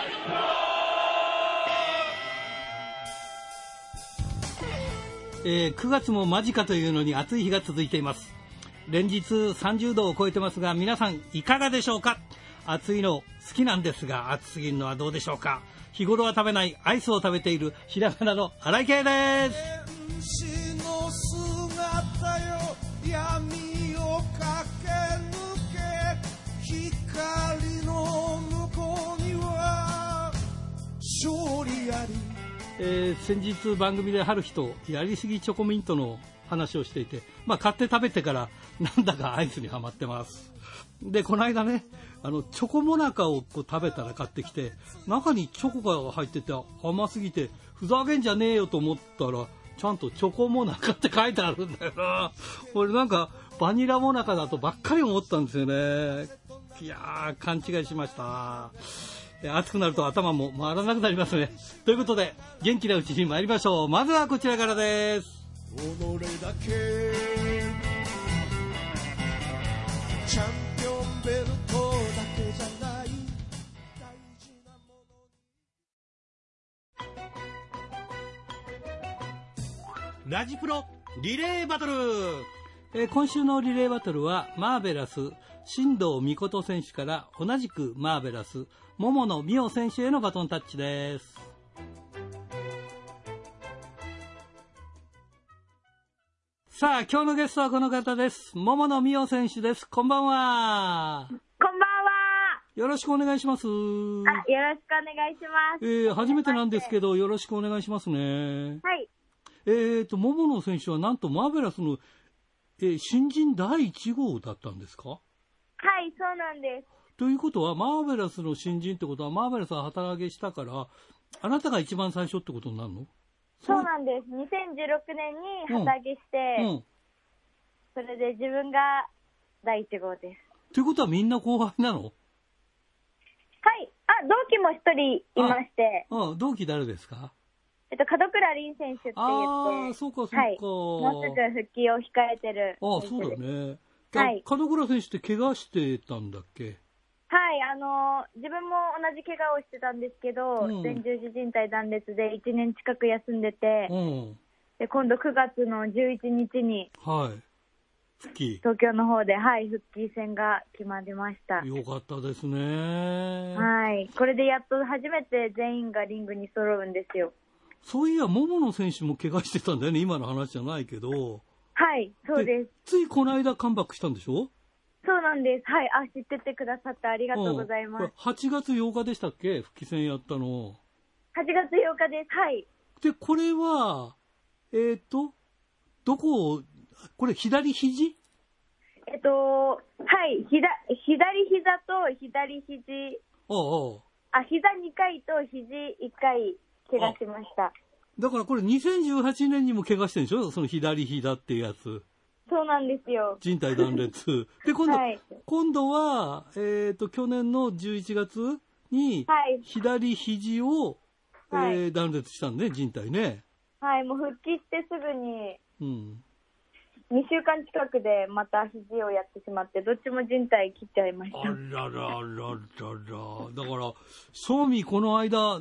9月も間近というのに暑い日が続いています。連日30度を超えてますが、皆さんいかがでしょうか。暑いの好きなんですが、暑すぎるのはどうでしょうか。日頃は食べないアイスを食べているひらがなの荒井圭です。天使の姿よ、闇を駆け抜け、光の向こうには勝利あり。先日番組で春日とやりすぎチョコミントの話をしていて、買って食べてからなんだかアイスにはまってます。でこの間ね、チョコモナカをこう食べたら買ってきて、中にチョコが入ってて甘すぎてふざけんじゃねえよと思ったら、ちゃんとチョコモナカって書いてあるんだよな。俺なんかバニラモナカだとばっかり思ったんですよね。いやー、勘違いしました。暑くなると頭も回らなくなりますね。ということで元気なうちに参りましょう。まずはこちらからです。己だけチャンピオンベルトだけじゃない大事なもの。ラジプロリレーバトル。今週のリレーバトルはマーベラス新藤美琴選手から同じくマーベラス桃野美桜選手へのバトンタッチです。さあ今日のゲストはこの方です。桃野美桜選手です。こんばんは。 こんばんは。 よろしくお願いします。よろしくお願いします。 初めてなんですけどよろしくお願いしますね。 はい。 桃野選手はなんとマーベラスの、新人第1号だったんですか？ はい、そうなんです。 ということはマーベラスの新人ってことは、マーベラスは旗揚げしたからあなたが一番最初ってことになるの？ そうなんです。2016年に旗揚げして、それで自分が第1号です。 ということはみんな後輩なの？はい。 同期も一人いまして。 同期誰ですか？ 門倉凛選手って言って。 そうかそうか、 はい、もうすぐ復帰を控えてる選手です。 そうだね。 はい、 門倉選手って怪我してたんだっけ？ はい、自分も同じ怪我をしてたんですけど、前十字靭帯断裂で1年近く休んでて、で今度9月の11日に、 復帰、 東京の方で、復帰戦が決まりました。 よかったですね。 はい、これでやっと初めて全員がリングに揃うんですよ。 そういや桃野選手も怪我してたんだよね、今の話じゃないけど。 はい、そうです。 ついこの間カムバックしたんでしょ？ そうなんです。はい、知っててくださってありがとうございます。 8月8日でしたっけ、復帰戦やったの。 8月8日です。はい。 でこれはどこを、これ左肘？ はい、左膝と左肘。膝2回と肘1回怪我しました。 だからこれ2018年にも怪我してるんでしょ、その左膝っていうやつ。 そうなんですよ。 靭帯断裂で今度は、去年の11月に左肘を、断裂したんね、靭帯ね。はい、 もう復帰してすぐに、2週間近くでまた肘をやってしまって、どっちも靭帯切っちゃいました。 あららららら。だから正味この間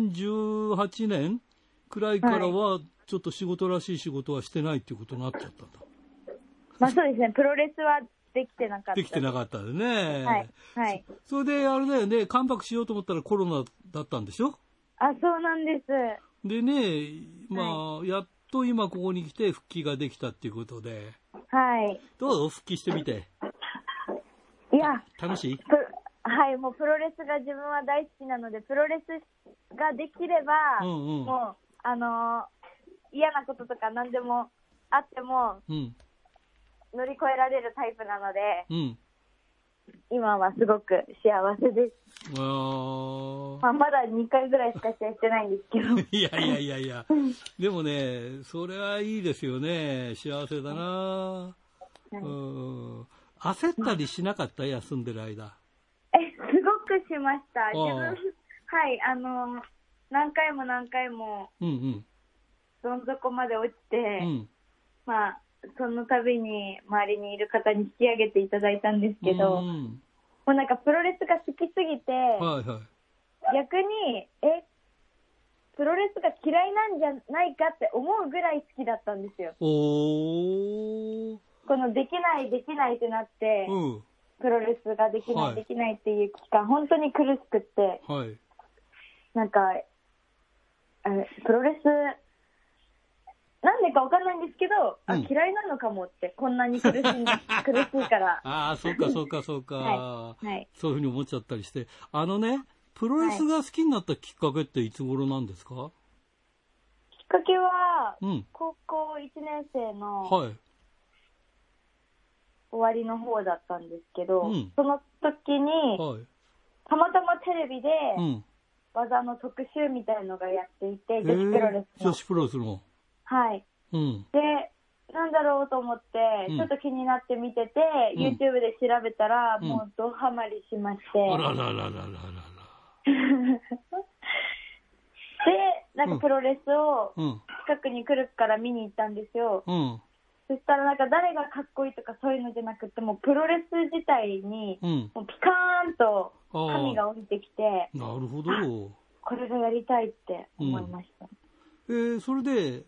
2018年くらいからはちょっと仕事らしい仕事はしてないっていうことになっちゃったんだ。 そうですね、プロレスはできてなかった。 できてなかったでね。 はい。 それであれだよね、カムバックしようと思ったらコロナだったんでしょ？ そうなんです。 でね、やっと今ここに来て復帰ができたっていうことで。 はい。 どう？復帰してみて。 いや、 楽しい？ はい、もうプロレスが自分は大好きなので、プロレスができれば、もう嫌なこととか何でもあっても、乗り越えられるタイプなので、今はすごく幸せです。まだ2回ぐらいしか試合してないんですけど。 いやでもね、それはいいですよね。幸せだな。焦ったりしなかった？休んでる間。 すごくしました。自分、何回もどん底まで落ちて、その度に周りにいる方に引き上げていただいたんですけど、もうなんかプロレスが好きすぎて、 逆に、プロレスが嫌いなんじゃないかって思うぐらい好きだったんですよ。このできないってなって、プロレスができないっていう期間、本当に苦しくって、なんか、プロレス、なんでかわかんないんですけど、嫌いなのかもって、こんなに苦しいから。 ああ、そうか。そういうふうに思っちゃったりして。プロレスが好きになったきっかけっていつ頃なんですか？ きっかけは、高校1年生の終わりの方だったんですけど、その時に、たまたまテレビで、技の特集みたいのがやっていて、女子プロレスの。 女子プロレスの。 はい。で、なんだろうと思って、ちょっと気になって見てて、YouTube で調べたら、もうドハマりしまして。 あらら。 で、なんかプロレスを近くに来るから見に行ったんですよ。そしたらなんか誰がかっこいいとかそういうのじゃなくて、もうプロレス自体に、もうピカーンと神が降りてきて、 なるほど。 これがやりたいって思いました。 それで、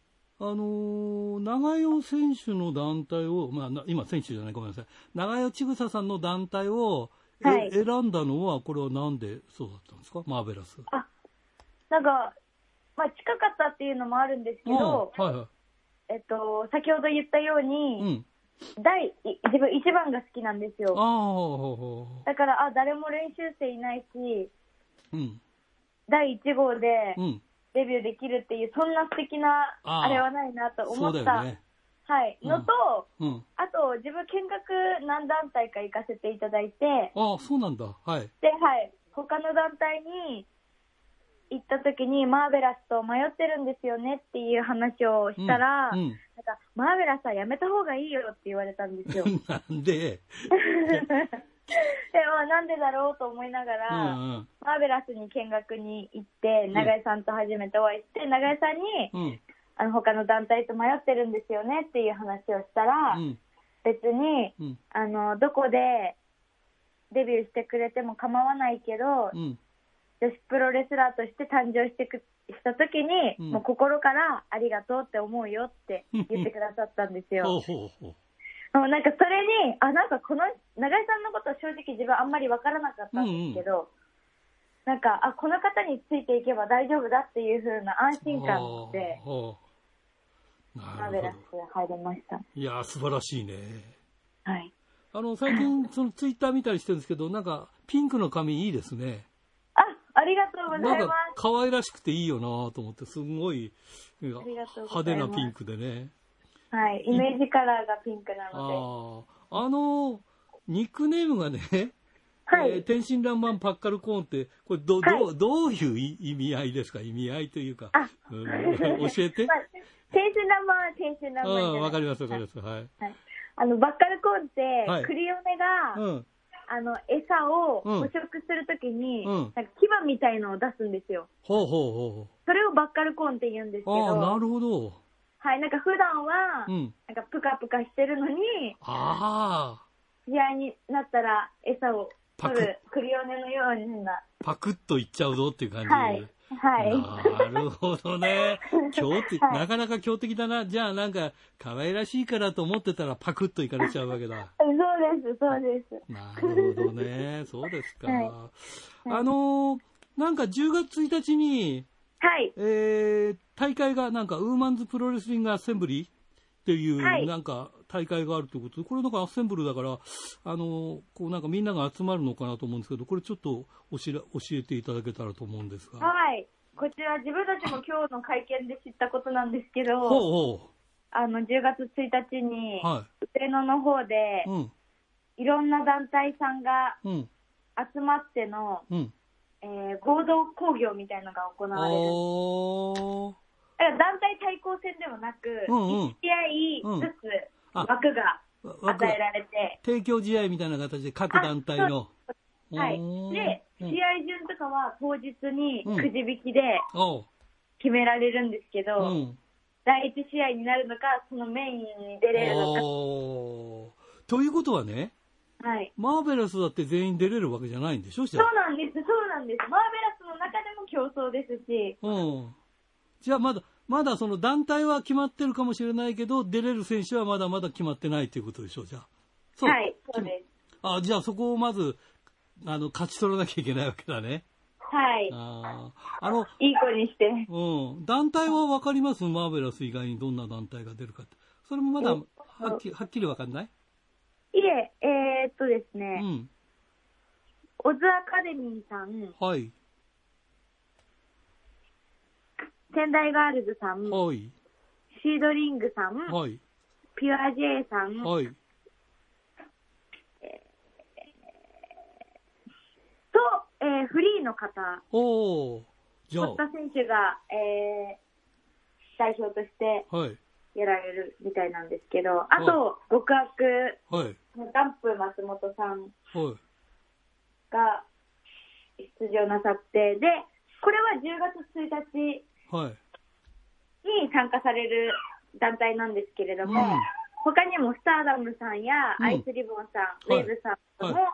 長代選手の団体を、今選手じゃない、ごめんなさい。長代千草さんの団体を、選んだのは、これはなんでそうだったんですか？マーベラス。 なんか、近かったっていうのもあるんですけど、先ほど言ったように、自分一番が好きなんですよ。だから、誰も練習生いないし、第1号でデビューできるっていう、そんな素敵なあれはないなと思った、のと、あと自分見学何団体か行かせていただいて、 そうなんだ。 で、他の団体に行った時にマーベラスと迷ってるんですよねっていう話をしたら、なんかマーベラスはやめた方がいいよって言われたんですよ。 なんででもなんでだろうと思いながら、マーベラスに見学に行って長井さんと初めてお会いして、長井さんに、他の団体と迷ってるんですよねっていう話をしたら、別に、どこでデビューしてくれても構わないけど、女子プロレスラーとして誕生した時に、もう心からありがとうって思うよって言ってくださったんですよ。なんかそれに、なんかこの長井さんのことは正直自分あんまりわからなかったんですけど、なんかこの方についていけば大丈夫だっていう風な安心感でマーベラス入りました。 いやー、素晴らしいね。最近そのツイッター見たりしてるんですけど、なんかピンクの髪いいですね。 ありがとうございます。 なんか可愛らしくていいよなと思って、すごい派手なピンクでね。 イメージカラーがピンクなので。ニックネームがね、天真爛漫パッカルコーンって、これどういう意味合いですか？意味合いというか。教えて。 天真爛漫は天真爛漫。 わかります。バッカルコーンって、クリオネが、餌を捕食するときに、なんか牙みたいのを出すんですよ。それをバッカルコーンって言うんですけど。 なるほど。 なんか普段は、なんかプカプカしてるのに、試合になったら餌を取るクリオネのような。 パクッといっちゃうぞっていう感じ。なるほどね。なかなか強敵だな。じゃあなんか可愛らしいからと思ってたらパクッといかれちゃうわけだ。 そうです。 なるほどね。そうですか。なんか10月1日に、大会がなんかウーマンズプロレスリングアッセンブリーっていうなんか大会があるということで、これなんかアッセンブルだから、こうなんかみんなが集まるのかなと思うんですけど、これちょっと教えていただけたらと思うんですが。 こちら自分たちも今日の会見で知ったことなんですけど、10月1日に上野の方で、いろんな団体さんが集まっての、合同興行みたいなのが行われる。団体対抗戦ではなく、1試合ずつ枠が与えられて。 提供試合みたいな形で各団体の。 で、試合順とかは当日にくじ引きで決められるんですけど、第1試合になるのか、そのメインに出れるのか。 ということはね、 はい。 マーベラスだって全員出れるわけじゃないんでしょ？ そうなんです、そうなんです。マーベラスの中でも競争ですし。 じゃあまだその団体は決まってるかもしれないけど、出れる選手はまだまだ決まってないということでしょう、じゃあ。 はい、そうです。 じゃあそこをまず、勝ち取らなきゃいけないわけだね。 はい。いい子にして。 団体は分かります？マーベラス以外にどんな団体が出るかって。それもまだはっきり分かんない？ いえ、ですね。オズアカデミーさん。 はい。 仙台ガールズさん。 はい。 シードリングさん。 はい。 ピュア J さん。 はい。 フリーの方。 じゃあ。 堀田選手が、代表としてやられるみたいなんですけど、あと、極悪、ダンプ松本さんが出場なさって、で、これは10月1日に参加される団体なんですけれども、他にもスターダムさんやアイスリボンさん、ウェーブさんとも、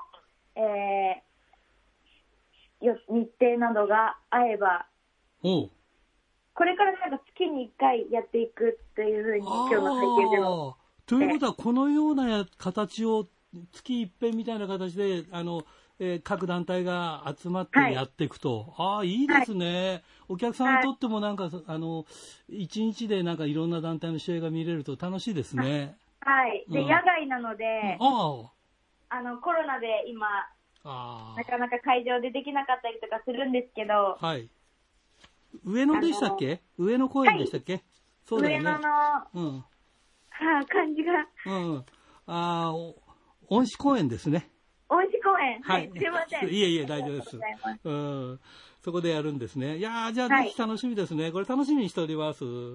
日程などが合えば、これからなんか月に1回やっていくというふうに今日の会見でも。 ということは、このような形を月一遍みたいな形で各団体が集まってやっていくと、いいですね、お客さんにとってもなんか一日でなんかいろんな団体の試合が見れると楽しいですね。 はい。で、野外なので、コロナで今なかなか会場でできなかったりとかするんですけど、 はい。上野でしたっけ？上野公園でしたっけ？そうだよね。 上野の、感じが。 恩賜公園ですね。 恩賜公園。はい。すいません。 いえ、大丈夫です。そこでやるんですね。いやじゃあぜひ楽しみですね。これ楽しみにしております。はい、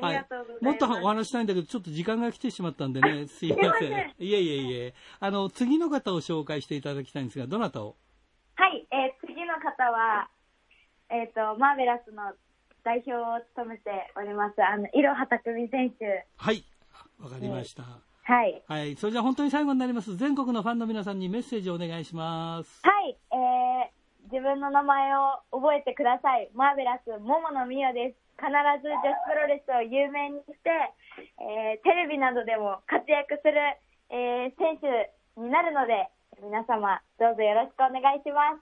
ありがとうございます。 もっとお話したいんだけど、ちょっと時間が来てしまったんでね、すいません。いえ。次の方を紹介していただきたいんですが、どなたを？ はい、次の方は、マーベラスの代表を務めております、いろはたくみ選手。 はい、わかりました。 はい。 はい。それじゃあ本当に最後になります。全国のファンの皆さんにメッセージをお願いします。 はい。自分の名前を覚えてください。マーベラス桃野美代です。必ず女子プロレスを有名にして、テレビなどでも活躍する、選手になるので、皆様どうぞよろしくお願いします。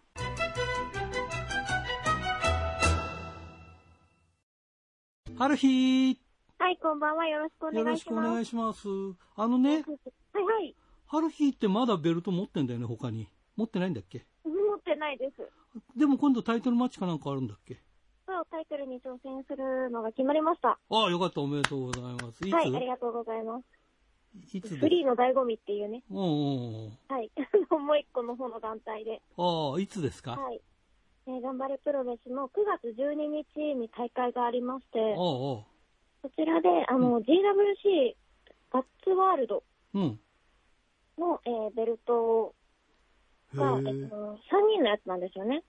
はるひー。 はい、こんばんは。よろしくお願いします。 よろしくお願いします。 はいはい。 はるひーってまだベルト持ってんだよね、他に。持ってないんだっけ？ 持ってないです。 でも今度タイトルマッチかなんかあるんだっけ？ そう、タイトルに挑戦するのが決まりました。 よかった。おめでとうございます。 はい、ありがとうございます。 いつフリーの醍醐味っていうね。 はい。もう一個の方の団体で。 いつですか？ はい。頑張れプロレスの9月12日に大会がありまして、そちらで、GWC ガッツワールドの、ベルトが、3人のやつなんですよね。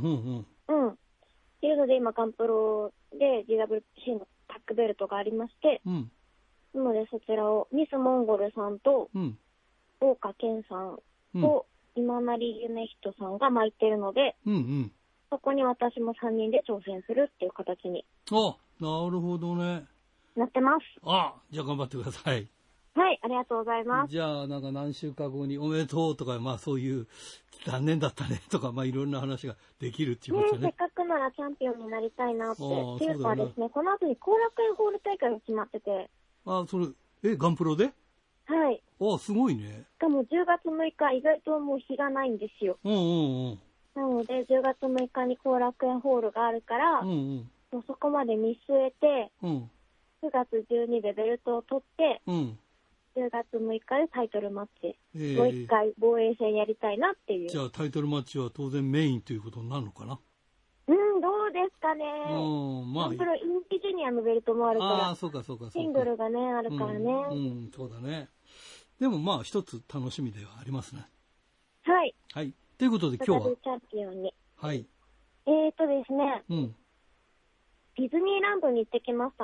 っていうので、今、ガンプロで GWC のタックベルトがありまして、なので、そちらをミス・モンゴルさんと、大岡健さんと、今成夢人さんが巻いてるので、そこに私も3人で挑戦するっていう形に。 なるほどね。 なってます。 じゃあ頑張ってください。 はい、ありがとうございます。 じゃあ、なんか何週間後におめでとうとか、そういう残念だったねとか、いろんな話ができるっていうことですね。 せっかくならチャンピオンになりたいなって。っていうかですね、この後に後楽園ホール大会が決まってて。 それ、ガンプロで？ はい。 すごいね。 しかも10月6日、意外ともう日がないんですよ。なので、10月6日に後楽園ホールがあるから、もうそこまで見据えて、9月12でベルトを取って、10月6日でタイトルマッチ、もう一回防衛戦やりたいなっていう。 じゃあタイトルマッチは当然メインということになるのかな？ どうですかね。ガンプロインティジュニアのベルトもあるから、 そうか。 シングルがね、あるからね。 そうだね。でも一つ楽しみではありますね。 はい。 はい。ということで今日は。 チャンピオンに。 はい。 ですね。ディズニーランドに行ってきました。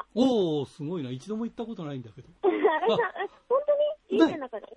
すごいな。一度も行ったことないんだけど。 本当に人生の中で？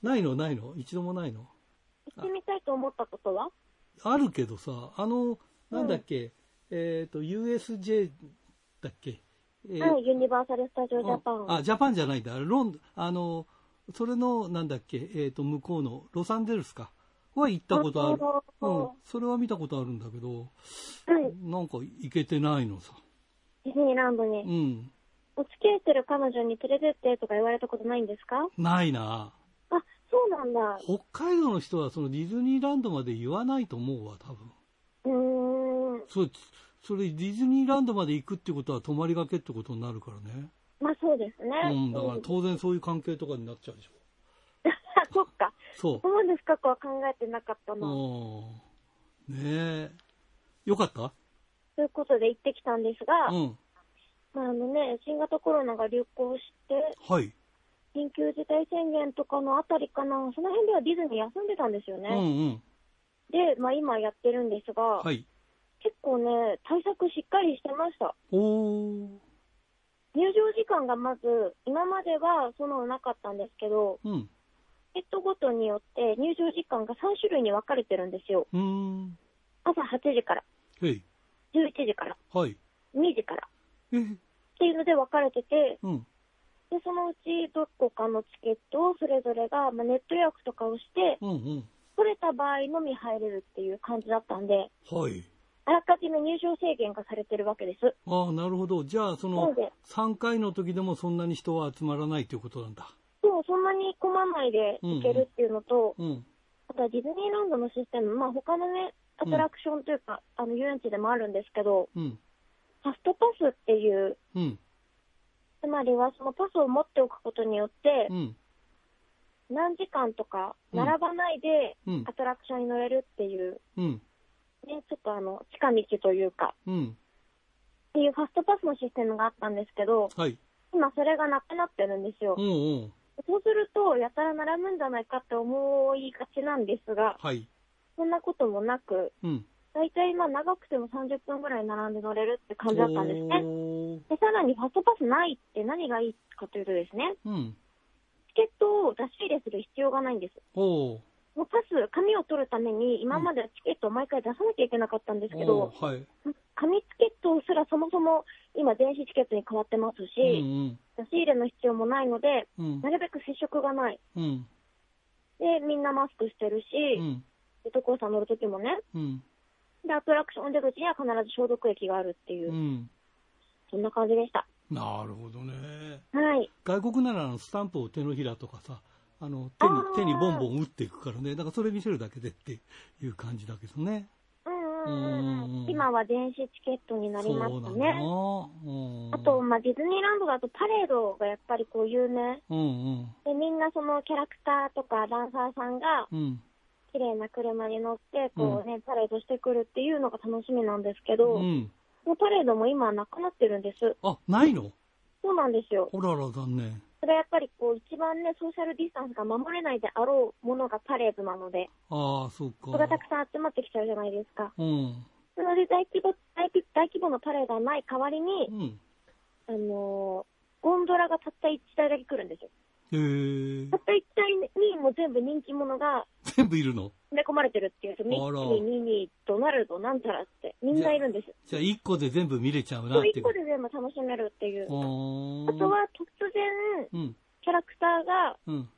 ないの一度もないの？ 行ってみたいと思ったことはあるけどさ、なんだっけ、USJ だっけ、 はい、ユニバーサル・スタジオ・ジャパン。 ジャパンじゃないんだ。それの、なんだっけ、向こうのロサンゼルスか。は行ったことある。それは見たことあるんだけど、なんか行けてないのさ。 ディズニーランドに。お付き合いする彼女に連れてってとか言われたことないんですか？ ないな。 あ、そうなんだ。 北海道の人はそのディズニーランドまで言わないと思うわ、多分。それディズニーランドまで行くってことは泊まりがけってことになるからね。 まあそうですね。 だから当然そういう関係とかになっちゃうでしょ。 そっか。 そう。 そこまで深くは考えてなかったな。 ねえ。よかった？ ということで行ってきたんですが、新型コロナが流行して、 はい。 緊急事態宣言とかのあたりかな、その辺ではディズニー休んでたんですよね。で、今やってるんですが、 はい。 結構ね、対策しっかりしてました。入場時間がまず、今まではそのなかったんですけど、チケットごとによって入場時間が3種類に分かれてるんですよ。朝8時から、11時から、2時からっていうので分かれてて、でそのうちどこかのチケットをそれぞれが、ネット予約とかをして、取れた場合のみ入れるっていう感じだったんで、あらかじめ入場制限がされてるわけです。 なるほど。じゃあその3回の時でもそんなに人は集まらないということなんだ。 そう、そんなに混まないで行けるっていうのと、あとはディズニーランドのシステム、他のね、アトラクションというか、遊園地でもあるんですけど、ファストパスっていう、つまりはそのパスを持っておくことによって、何時間とか並ばないでアトラクションに乗れるっていう、ちょっと近道というか、っていうファストパスのシステムがあったんですけど、今それがなくなってるんですよ。そうすると、やたら並ぶんじゃないかって思いがちなんですが、そんなこともなく、だいたい長くても30分ぐらい並んで乗れるって感じだったんですね。で、さらにファストパスないって何がいいかというとですね、チケットを出し入れする必要がないんです。もうパス、紙を取るために今まではチケットを毎回出さなきゃいけなかったんですけど、紙チケットすらそもそも今電子チケットに変わってますし、出し入れの必要もないので、なるべく接触がない。で、みんなマスクしてるし、ジェットコースター乗るときもね、で、アトラクション出口には必ず消毒液があるっていう、そんな感じでした。 なるほどね。 外国ならスタンプを手のひらとかさ、手にボンボン打っていくからね、だからそれ見せるだけでっていう感じだけどね。 今は電子チケットになりましたね。あと、ディズニーランドだとパレードがやっぱり有名。で、みんなそのキャラクターとかダンサーさんが、綺麗な車に乗って、パレードしてくるっていうのが楽しみなんですけど、パレードも今はなくなってるんです。 ないの？ そうなんですよ。 あらら、残念。 それはやっぱり一番ね、ソーシャルディスタンスが守れないであろうものがパレードなので、 そうか。 人がたくさん集まってきちゃうじゃないですか。なので大規模のパレードはない代わりに、ゴンドラがたった1台だけ来るんですよ。たった1台にもう全部人気者が全部いるの？ 詰め込まれてるっていう、ミッキー、ミニー、ドナルド、なんたらってみんないるんです。 じゃあ1個で全部見れちゃうなっていう。 1個で全部楽しめるっていう。あとは突然、キャラクターが、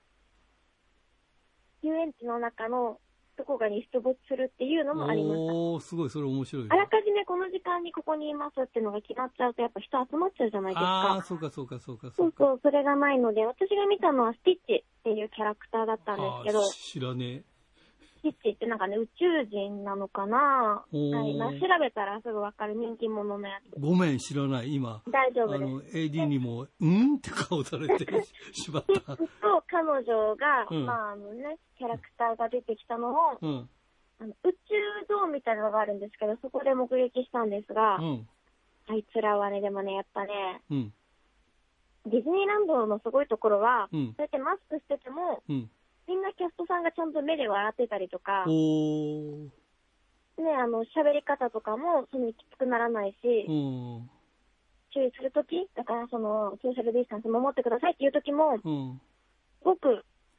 遊園地の中のどこかに出没するっていうのもありました。 すごい、それ面白い。 あらかじめこの時間にここにいますっていうのが決まっちゃうと、やっぱ人集まっちゃうじゃないですか。 そうか。 そう、それがないので、私が見たのはスティッチっていうキャラクターだったんですけど。 知らねえ。 スティッチってなんかね、宇宙人なのかな？調べたらすぐわかる人気者のやつ。 ごめん、知らない。今。 大丈夫です。 AD にも、って顔されてしまった。 スティッチと彼女が、キャラクターが出てきたのを、宇宙ドームみたいなのがあるんですけど、そこで目撃したんですが、あいつらはね、でもね、やっぱね、ディズニーランドのすごいところは、そうやってマスクしてても、みんなキャストさんがちゃんと目で笑ってたりとか、喋り方とかもそんなにきつくならないし、注意するとき、だからソーシャルディスタンス守ってくださいっていうときも、すごく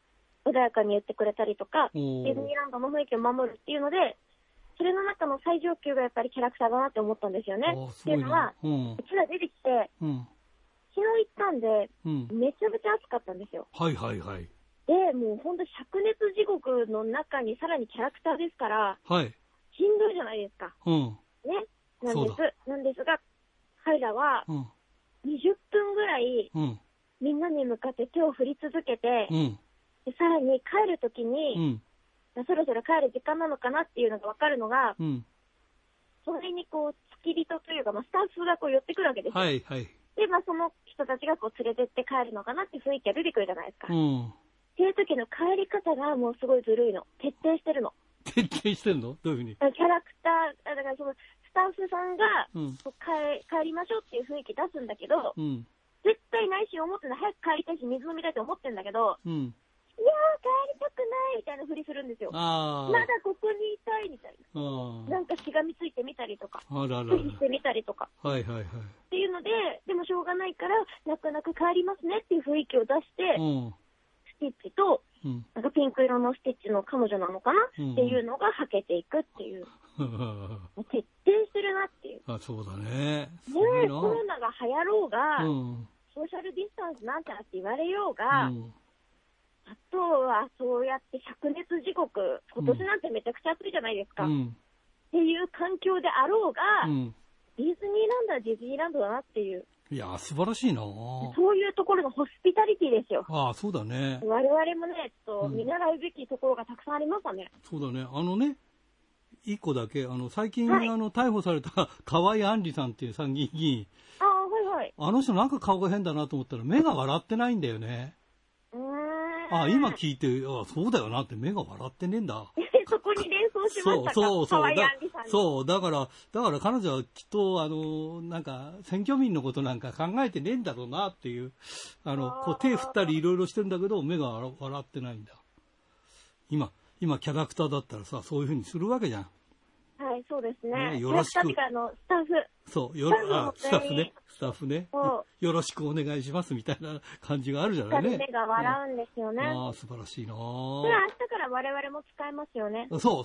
穏やかに言ってくれたりとか、ディズニーランドの雰囲気を守るっていうので、それの中の最上級がやっぱりキャラクターだなって思ったんですよね。っていうのは、うちら出てきて、昨日行ったんで、めちゃめちゃ暑かったんですよ。 はいはいはい。 で、もう本当灼熱地獄の中にさらにキャラクターですから、 はい。 しんどいじゃないですか。ね。なんですが、彼らは、20分ぐらい、みんなに向かって手を振り続けて、でさらに帰るときに、そろそろ帰る時間なのかなっていうのが分かるのが、それにこう、付き人というか、スタッフがこう寄ってくるわけですよ。 はいはい。 で、その人たちがこう連れてって帰るのかなって雰囲気が出てくるじゃないですか。っていう時の帰り方がもうすごいずるいの。徹底してるの。 徹底してるの？どういうふうに？ キャラクター、だからそのスタッフさんが、帰りましょうっていう雰囲気出すんだけど、絶対内心思ってない。早く帰りたいし、水飲みたいと思ってるんだけど、いやー、帰りたくないみたいなふりするんですよ。まだここにいたいみたいな。なんかしがみついてみたりとか、ふりしてみたりとか。 はいはいはい。 っていうので、でもしょうがないから、泣く泣く帰りますねっていう雰囲気を出して、スティッチと、なんかピンク色のスティッチの彼女なのかな、っていうのがはけていくっていう。徹底してるなっていう。 そうだね。 コロナが流行ろうが、ソーシャルディスタンスなんちゃらって言われようが、あとはそうやって灼熱地獄、今年なんてめちゃくちゃ暑いじゃないですか。っていう環境であろうが、ディズニーランドはディズニーランドだなっていう。 いや、素晴らしいな。 そういうところのホスピタリティですよ。 そうだね。 我々もね、見習うべきところがたくさんありましたね。 そうだね。一個だけ、最近、逮捕された河合案里さんっていう参議院議員。 はいはい。 あの人なんか顔が変だなと思ったら目が笑ってないんだよね。今聞いて、そうだよなって目が笑ってねえんだ。 そこに連想しましたか？ そうだから彼女はきっとなんか選挙民のことなんか考えてねえんだろうなっていうこう手振ったりいろいろしてんだけど目が笑ってないんだ。今キャラクターだったらさ、そういうふうにするわけじゃん。 はい、そうですね。 よろしく。 スタッフ。 そう、スタッフね。よろしくお願いしますみたいな感じがあるじゃないね。 目が笑うんですよね。 素晴らしいな。 明日から我々も使えますよね。 そう。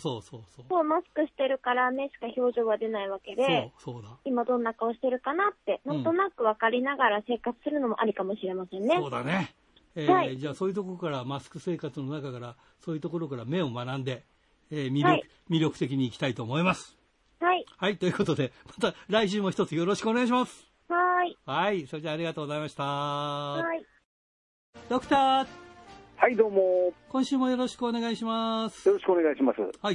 マスクしてるから目しか表情は出ないわけで、 そうだ。 今どんな顔してるかなって、なんとなく分かりながら生活するのもありかもしれませんね。 そうだね。じゃあそういうところから、マスク生活の中から、そういうところから目を学んで、魅力的にいきたいと思います。 はい。 はい、ということで、また来週も一つよろしくお願いします。 はい。 それじゃあありがとうございました。ドクター。 はい、どうも。 今週もよろしくお願いします。 よろしくお願いします。 はい。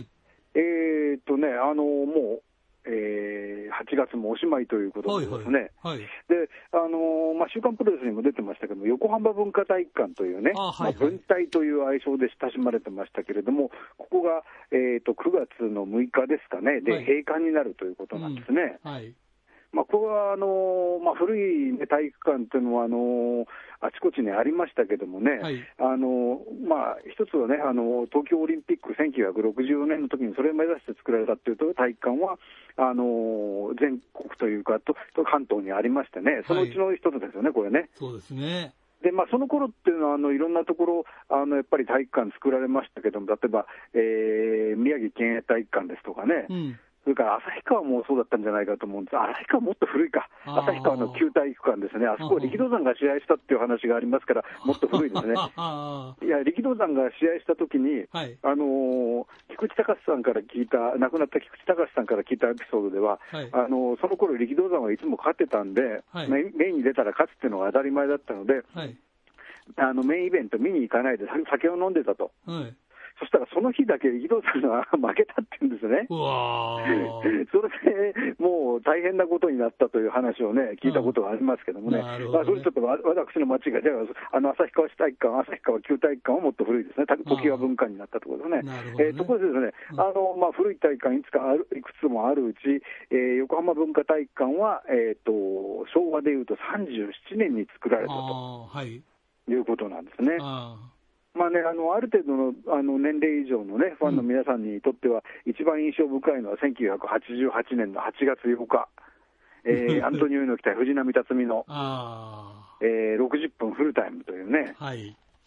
もう、8月もおしまいということでですね。で、週刊プロレスにも出てましたけども、横浜文化体育館というね、文体という愛称で親しまれてましたけれども、ここが、9月の6日ですかね、で、閉館になるということなんですね。これは古い、体育館というのはあちこちにありましたけどもね、一つはね、東京オリンピック1964年の時にそれを目指して作られたというと体育館は全国というか関東にありましてね、そのうちの一つですよね、これね。 そうですね。 でその頃っていうのはいろんなところやっぱり体育館作られましたけども、例えば、宮城県営体育館ですとかね、それから旭川もそうだったんじゃないかと思うんです。旭川もっと古いか。旭川の旧体育館ですね。あそこ力道山が試合したっていう話がありますから、もっと古いですね。いや、力道山が試合したときに、菊池隆さんから聞いた、亡くなった菊池隆さんから聞いたエピソードでは、その頃力道山はいつも勝ってたんで、メインに出たら勝つっていうのが当たり前だったので、メインイベント見に行かないで酒を飲んでたと。そしたらその日だけ力道山が負けたって言うんですね。それでもう大変なことになったという話をね、聞いたことがありますけどもね。それちょっと私の間違いでは、旭川市体育館、旭川旧体育館はもっと古いですね。時は文化になったところですね。ところでですね、古い体育館いくつもあるうち、横浜文化体育館は、昭和でいうと37年に作られたということなんですね。ある程度の年齢以上のね、ファンの皆さんにとっては、一番印象深いのは1988年の8月8日、アントニオ猪木対藤波辰巳の、60分フルタイムというね、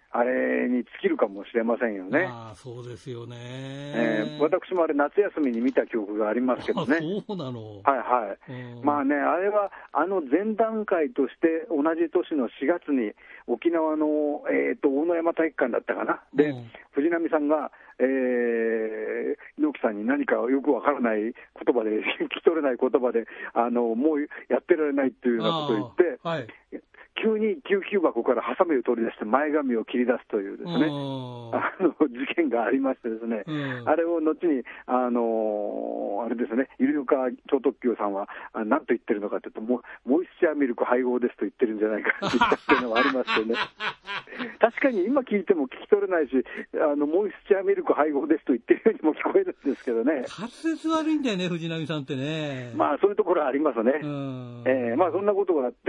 あれに尽きるかもしれませんよね。 そうですよね。 私もあれ夏休みに見た記憶がありますけどね。 そうなの。 はいはい。まあね、あれは前段階として同じ年の4月に沖縄の、大野山体育館だったかな。で、藤波さんが、猪木さんに何かよくわからない言葉で、聞き取れない言葉で、もうやってられないっていうようなことを言って、急に救急箱からハサミを取り出して前髪を切り出すというですね、事件がありましてですね、あれを後に、あれですね、ゆりおか超特急さんは何と言ってるのかというと、モイスチャーミルク配合ですと言ってるんじゃないかって言ったっていうのがありましてね、確かに今聞いても聞き取れないし、モイスチャーミルク配合ですと言ってるようにも聞こえるんですけどね。 滑舌悪いんだよね、藤波さんってね。 まあそういうところはありますね。まあそんなことがあって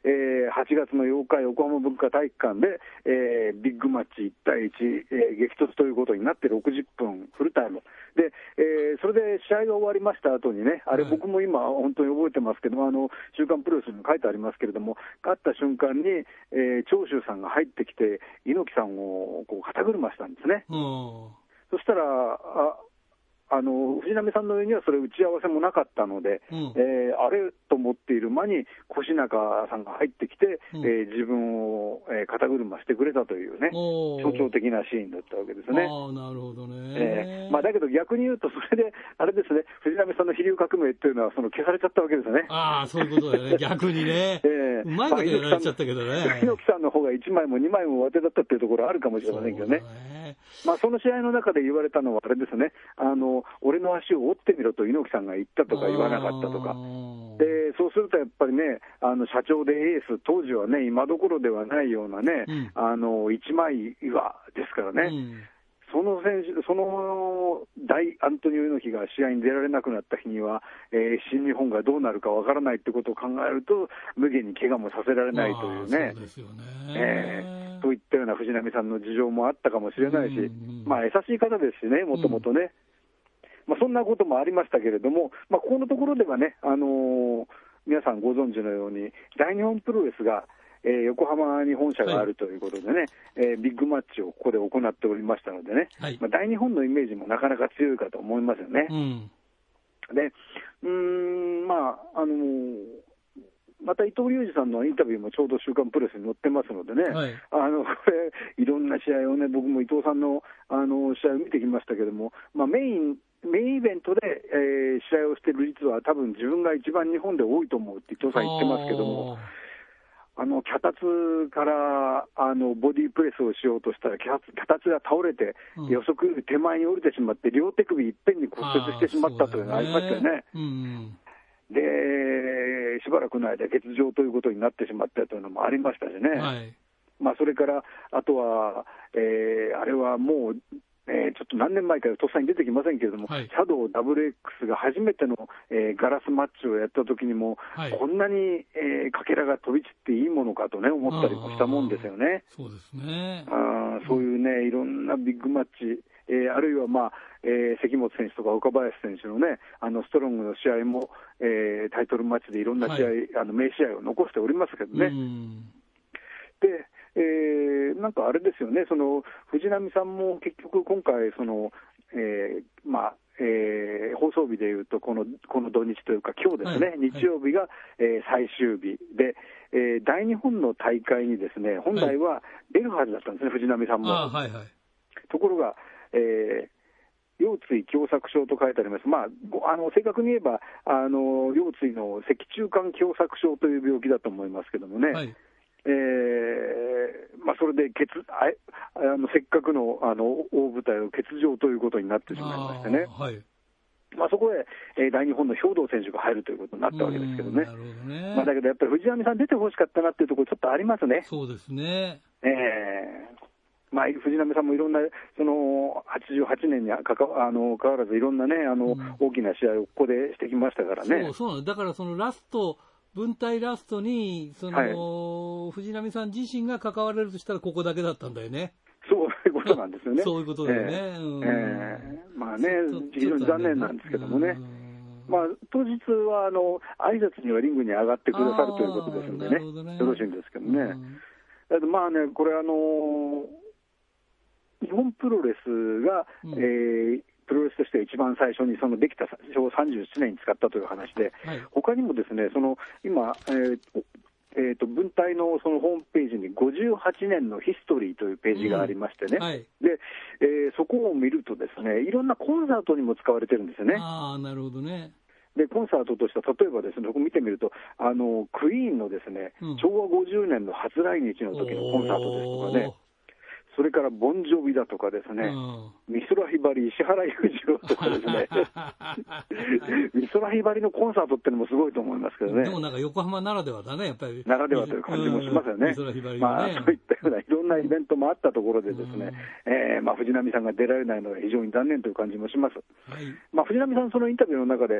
、8月の8日、横浜文化体育館で、ビッグマッチ1対1、激突ということになって60分フルタイム。で、それで試合が終わりました後にね、あれ僕も今本当に覚えてますけども、週刊プロレスに書いてありますけれども、勝った瞬間に、長州さんが入ってきて、猪木さんをこう肩車したんですね。そしたら、藤波さんの上にはそれ打ち合わせもなかったので、あれと思っている間に越中さんが入ってきて、自分を、肩車してくれたというね、象徴的なシーンだったわけですね。 なるほどね。 まあ、だけど逆に言うと、それで、あれですね、藤波さんの飛龍革命っていうのは消されちゃったわけですね。 そういうことだよね、逆にね。うまいことやられちゃったけどね。 猪木さんの方が1枚も2枚も上手だったっていうところはあるかもしれませんけどね。まあ、その試合の中で言われたのは、あれですね、俺の足を折ってみろと猪木さんが言ったとか言わなかったとか、でそうするとやっぱりね、社長でエース、当時はね、今どころではないようなね、一枚岩ですからね。その大アントニオ猪木が試合に出られなくなった日には、新日本がどうなるかわからないってことを考えると、無限に怪我もさせられないというね、そういったような藤波さんの事情もあったかもしれないし、まあ優しい方ですしね、もともとね。まあ、そんなこともありましたけれども、まあ、ここのところではね、皆さんご存知のように、大日本プロレスが、横浜に本社があるということでね、ビッグマッチをここで行っておりましたのでね、まあ、大日本のイメージもなかなか強いかと思いますよね。で、まあ、また伊藤隆二さんのインタビューもちょうど週刊プロレスに載ってますのでね、これ、いろんな試合をね、僕も伊藤さんの、試合を見てきましたけども、まあ、メインイベントで、試合をしている率は多分自分が一番日本で多いと思うって伊藤さん言ってますけども、脚立からボディープレスをしようとしたら、脚立が倒れて、予測より手前に降りてしまって、両手首いっぺんに骨折してしまったというのがありましたよね。で、しばらくの間、欠場ということになってしまったというのもありましたしね。まあ、それから、あとは、あれはもう、ちょっと何年前かとっさに出てきませんけれども、シャドウ WX が初めての、ガラスマッチをやった時にも、こんなに、かけらが飛び散っていいものかとね、思ったりもしたもんですよね。 そうですね。 そういうね、いろんなビッグマッチ、あるいは、まあ関本選手とか岡林選手のね、ストロングの試合も、タイトルマッチでいろんな試合、名試合を残しておりますけどね。で、なんかあれですよね、藤波さんも結局今回まあ放送日でいうとこの土日というか今日ですね、日曜日が、最終日で、大日本の大会にですね、本来は出るはずだったんですね、藤波さんも。ところが、腰椎狭窄症と書いてあります。まあ、正確に言えば腰椎の脊柱管狭窄症という病気だと思いますけどもね、まあ、それでせっかくの大舞台を欠場ということになってしまいましてね、まあ、そこへ、大日本の兵藤選手が入るということになったわけですけどね。まあ、だけどやっぱり藤波さん出てほしかったなっていうところちょっとありますね。 そうですね。 まあ、藤波さんもいろんな88年にかかわらずいろんなね大きな試合をここでしてきましたからね。 そうなんだからラスト文体ラストに藤波さん自身が関われるとしたらここだけだったんだよね。 そういうことなんですよね。 そういうことだよね。 まあね、非常に残念なんですけどもね。まあ、当日は挨拶にはリングに上がってくださるということですのでね、よろしいんですけどね。まあね、これ日本プロレスが、プロレスとして一番最初にできた昭和37年に使ったという話で、他にもですね、今、文体のそのホームページに58年のヒストリーというページがありましてね、でそこを見るとですね、いろんなコンサートにも使われてるんですよね。 なるほどね。 でコンサートとしては、例えばですね、ここ見てみると、クイーンのですね、昭和50年の初来日の時のコンサートですとかね、それからボンジョビだとかですね、美空ひばり、石原裕次郎とかですね、美空ひばりのコンサートってのもすごいと思いますけどね。 でもなんか横浜ならではだね、やっぱり。 ならではという感じもしますよね。 美空ひばりね。 そういったようないろんなイベントもあったところでですね、藤波さんが出られないのは非常に残念という感じもします。藤波さん、そのインタビューの中で、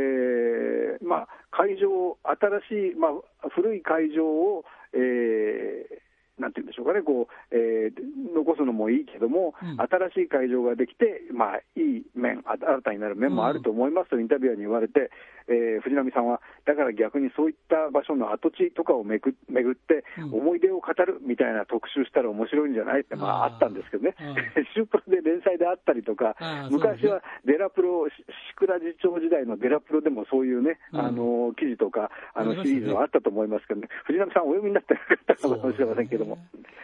会場、新しい、古い会場を、なんていうんでしょうかね、残すのもいいけども、新しい会場ができて、いい面、新たになる面もあると思いますとインタビュアーに言われて、藤波さんは、だから逆にそういった場所の跡地とかを巡って、思い出を語るみたいな特集したら面白いんじゃないって、あったんですけどね、シュープロで連載であったりとか、昔はデラプロ、シクラ次長時代のデラプロでもそういうね、記事とか、シリーズはあったと思いますけどね、藤波さん、お読みになってなかったのかもしれませんけども。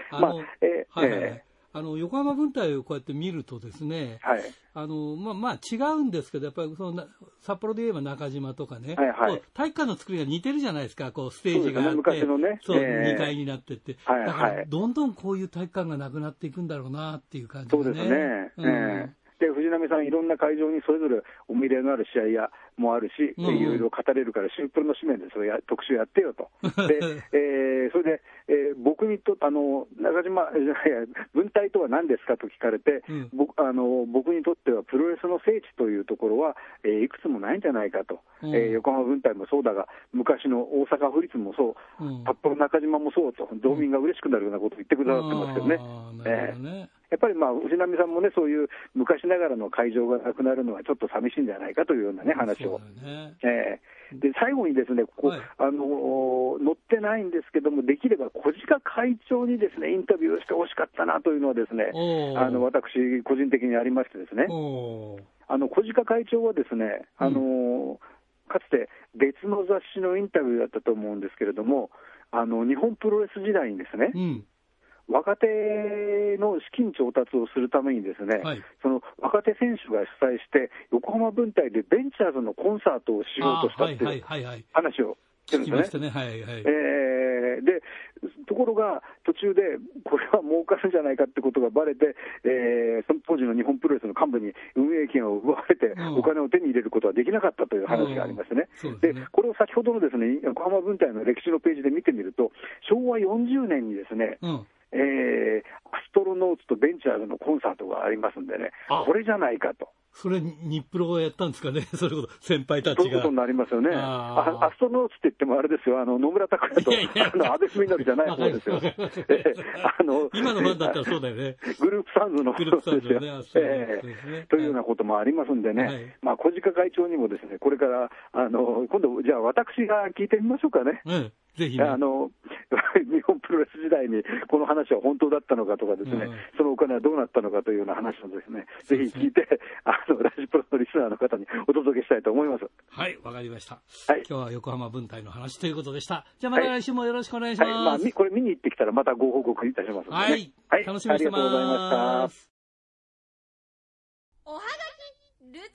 横浜文体をこうやって見るとですね、違うんですけど、やっぱり札幌で言えば中島とかね、体育館の作りが似てるじゃないですか、ステージがあって、 昔のね、 2階になってって、だからどんどんこういう体育館がなくなっていくんだろうなっていう感じがね。 そうですね。で藤波さん、いろんな会場にそれぞれ思い入れのある試合もあるし、いろいろ語れるから、シンプルの紙面でそれ特集やってよと。でそれで、僕にと中島文体とは何ですかと聞かれて、僕にとってはプロレスの聖地というところは、いくつもないんじゃないかと、横浜文体もそうだが、昔の大阪府立もそう、札幌中島もそうと、道民が嬉しくなるようなことを言ってくださってますけどね。やっぱり藤波さんもね、そういう昔ながらの会場がなくなるのはちょっと寂しいんじゃないかというようなね、話を。で最後にですね、載ってないんですけども、できれば小鹿会長にですね、インタビューをしてほしかったなというのはですね、私、個人的にありましてですね、小鹿会長はですね、かつて別の雑誌のインタビューだったと思うんですけれども、日本プロレス時代にですね、若手の資金調達をするためにですね、その若手選手が主催して横浜文体でベンチャーズのコンサートをしようとしたっていう話をしてるんですね。でところが途中でこれは儲かるんじゃないかってことがばれて、その当時の日本プロレスの幹部に運営権を奪われてお金を手に入れることはできなかったという話がありましてね。でこれを先ほどのですね、横浜文体の歴史のページで見てみると、昭和40年にですね、アストロノーツとベンチャーズのコンサートがありますんでね、これじゃないかと。 それ、日プロがやったんですかね、それこそ先輩たちが。 そういうことになりますよね。アストロノーツって言ってもあれですよ、野村拓也と阿部純則じゃない方ですよ。 今のファンだったらそうだよね。 グループサウンズのことですよ。というようなこともありますんでね、小鹿会長にもですね、これから今度、じゃあ私が聞いてみましょうかね。 ぜひ、 日本プロレス時代にこの話は本当だったのかとかですね、そのお金はどうなったのかというような話をですね、ぜひ聞いて、ラジプロのリスナーの方にお届けしたいと思います。 はい、わかりました。今日は横浜文体の話ということでした。じゃあまた来週もよろしくお願いします。 これ見に行ってきたらまたご報告いたしますので、ね。 楽しみにしてます。ありがとうございました。 おはがきルチャリブ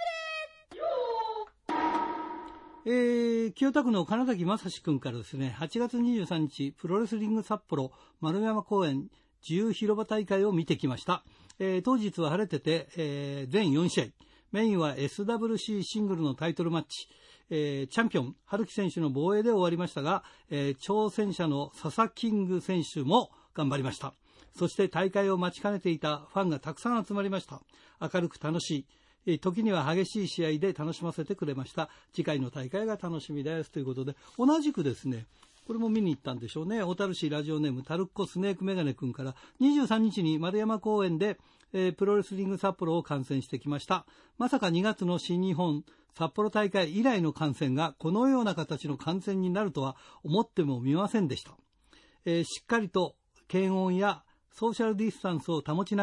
レ清田区の金崎正史君からですね、8月23日プロレスリング札幌丸山公園自由広場大会を見てきました。当日は晴れてて、全4試合、メインは SWC シングルのタイトルマッチ、チャンピオン春樹選手の防衛で終わりましたが、挑戦者のササキング選手も頑張りました。そして大会を待ちかねていたファンがたくさん集まりました。明るく楽しい、時には激しい試合で楽しませてくれました。次回の大会が楽しみですということで、同じくですね、これも見に行ったんでしょうね。小樽市ラジオネームタルッコスネークメガネ君から、23日に丸山公園で、プロレスリング札幌を観戦してきました。まさか2月の新日本札幌大会以来の観戦がこのような形の観戦になるとは思ってもみませんでした。しっかりと検温やソーシャルディスタンスを保ちながら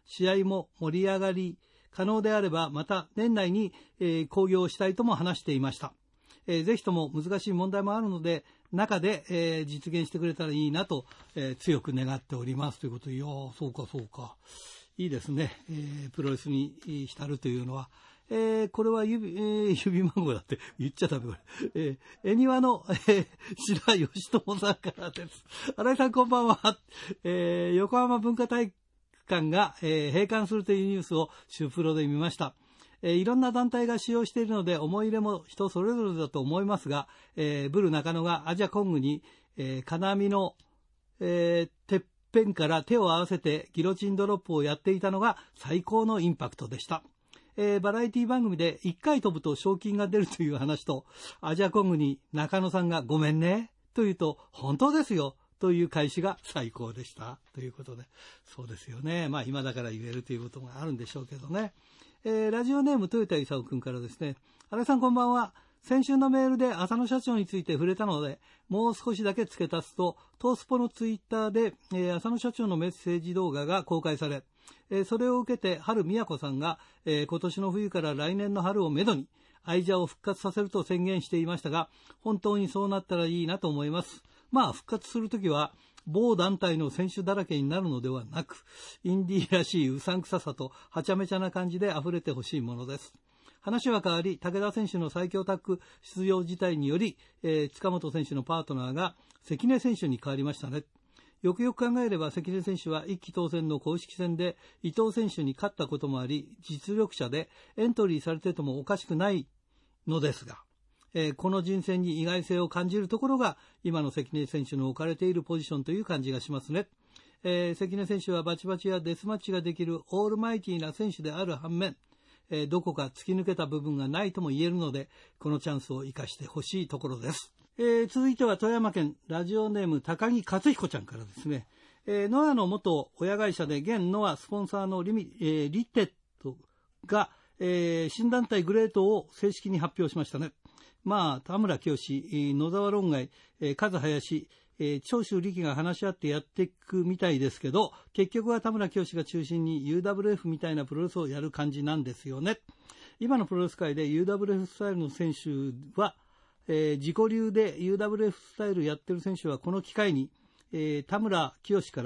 試合も盛り上がり、可能であればまた年内に、興行したいとも話していました。ぜひとも難しい問題もあるので、中で、実現してくれたらいいなと、強く願っておりますということで、いやそうかそうか。いいですね。プロレスに浸るというのは。これは指番号だって言っちゃダメこれ。恵庭の、白義友さんからです。新井さんこんばんは。横浜文化体育館が、閉館するというニュースをシュプロで見ました。いろんな団体が使用しているので思い入れも人それぞれだと思いますが、ブル中野がアジャコングに、金網の、てっぺんから手を合わせてギロチンドロップをやっていたのが最高のインパクトでした。バラエティ番組で1回飛ぶと賞金が出るという話と、アジャコングに中野さんがごめんねと言うと本当ですよという返しが最高でしたということで、そうですよね。まあ今だから言えるということがあるんでしょうけどね。ラジオネーム豊田勲君からですね。新井さんこんばんは。先週のメールで浅野社長について触れたので、もう少しだけ付け足すと、トースポのツイッターで、浅野社長のメッセージ動画が公開され、それを受けて春宮子さんが、今年の冬から来年の春をめどに愛者を復活させると宣言していましたが、本当にそうなったらいいなと思います。まあ復活するときは某団体の選手だらけになるのではなく、インディーらしいうさんくささとはちゃめちゃな感じで溢れてほしいものです。話は変わり、武田選手の最強タッグ出場自体により、塚本選手のパートナーが関根選手に変わりましたね。よくよく考えれば関根選手は一期当選の公式戦で伊藤選手に勝ったこともあり、実力者でエントリーされててもおかしくないのですが、この人選に意外性を感じるところが今の関根選手の置かれているポジションという感じがしますね。関根選手はバチバチやデスマッチができるオールマイティーな選手である反面、どこか突き抜けた部分がないとも言えるので、このチャンスを生かしてほしいところです。続いては富山県ラジオネーム高木克彦ちゃんからですね。ノアの元親会社で現ノアスポンサーのリテッドが、新団体グレートを正式に発表しましたね。まあ田村清、野沢論外、和林、長州力が話し合ってやっていくみたいですけど、結局は田村清が中心に UWF みたいなプロレスをやる感じなんですよね。今のプロレス界で UWF スタイルの選手は、自己流で UWF スタイルやってる選手はこの機会に、田村清から